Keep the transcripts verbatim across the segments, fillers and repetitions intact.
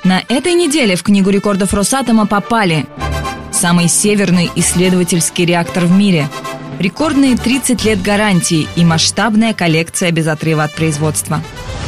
На этой неделе в Книгу рекордов Росатома попали самый северный исследовательский реактор в мире, рекордные тридцать лет гарантии и масштабная коллекция без отрыва от производства.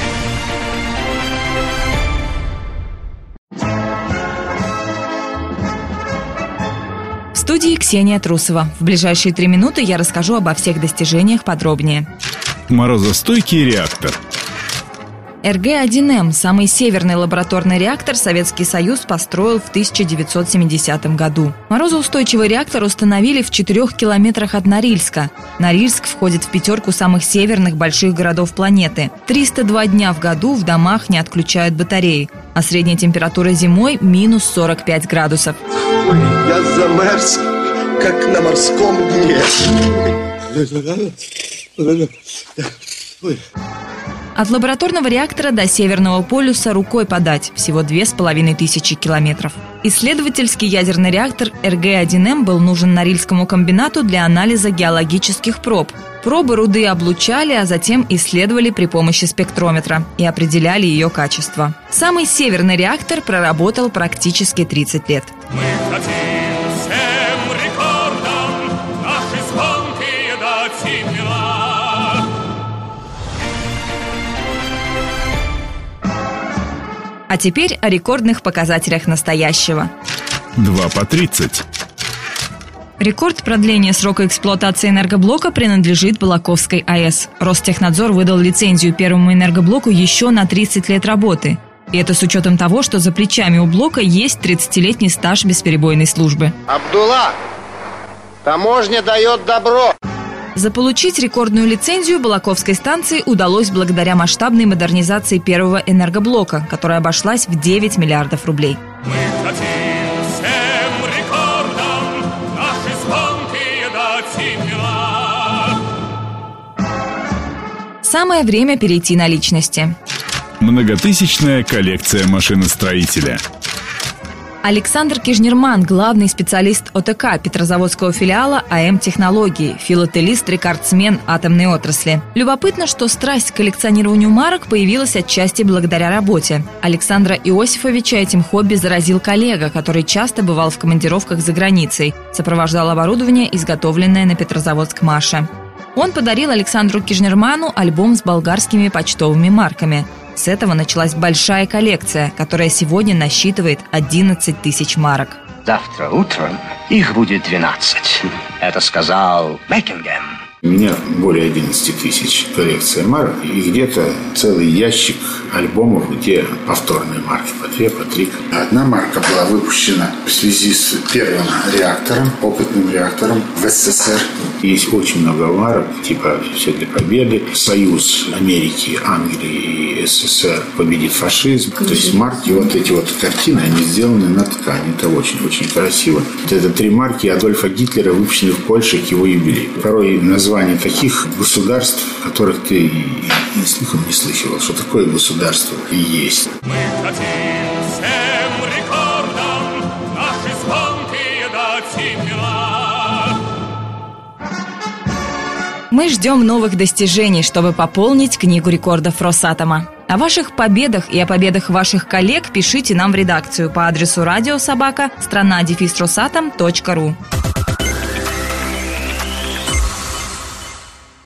В студии Ксения Трусова. В ближайшие три минуты я расскажу обо всех достижениях подробнее. Морозостойкий реактор. эр гэ один эм – самый северный лабораторный реактор Советский Союз построил в тысяча девятьсот семидесятом году. Морозоустойчивый реактор установили в четырех километрах от Норильска. Норильск входит в пятерку самых северных больших городов планеты. триста два дня в году в домах не отключают батареи, а средняя температура зимой – минус сорок пять градусов. Ой, я замерз, как на морском дне. Ой. От лабораторного реактора до Северного полюса рукой подать, всего две с половиной тысячи километров. Исследовательский ядерный реактор эр гэ один эм был нужен Норильскому комбинату для анализа геологических проб. Пробы руды облучали, а затем исследовали при помощи спектрометра и определяли ее качество. Самый северный реактор проработал практически тридцать лет. Мы хотим всем рекордам наши звонкие дать имена. А теперь о рекордных показателях настоящего. два по тридцать. Рекорд продления срока эксплуатации энергоблока принадлежит Балаковской а э эс. Ростехнадзор выдал лицензию первому энергоблоку еще на тридцать лет работы. И это с учетом того, что за плечами у блока есть тридцатилетний стаж бесперебойной службы. Абдулла, таможня дает добро. Заполучить рекордную лицензию Балаковской станции удалось благодаря масштабной модернизации первого энергоблока, которая обошлась в девять миллиардов рублей. Мы хотим всем рекордам наши звонкие дать имена. Самое время перейти на личности. Многотысячная коллекция машиностроителя. Александр Кижнерман – главный специалист о тэ ка Петрозаводского филиала а эм Технологии, филателист-рекордсмен атомной отрасли. Любопытно, что страсть к коллекционированию марок появилась отчасти благодаря работе. Александра Иосифовича этим хобби заразил коллега, который часто бывал в командировках за границей, сопровождал оборудование, изготовленное на Петрозаводск-Маше. Он подарил Александру Кижнерману альбом с болгарскими почтовыми марками. С этого началась большая коллекция, которая сегодня насчитывает одиннадцать тысяч марок. Завтра утром их будет двенадцать. Это сказал Бекингем. У меня более одиннадцати тысяч коллекция марок и где-то целый ящик альбомов, где повторные марки по две, по три. Одна марка была выпущена в связи с первым реактором, опытным реактором в эс эс эс эр. Есть очень много марок, типа «Все для победы», «Союз Америки, Англии и эс эс эс эр победит фашизм». То есть марки, вот эти вот картины, они сделаны на ткани. Это очень-очень красиво. Вот это три марки Адольфа Гитлера, выпущены в Польше к его юбилею. Порой название таких государств, которых ты и слыхом не слышал, что такое государство и есть. Мы хотим всем рекордам наши звонкие дать имена. Мы ждем новых достижений, чтобы пополнить Книгу рекордов Росатома. О ваших победах и о победах ваших коллег пишите нам в редакцию по адресу радиособака страна дефис росатом точка ру.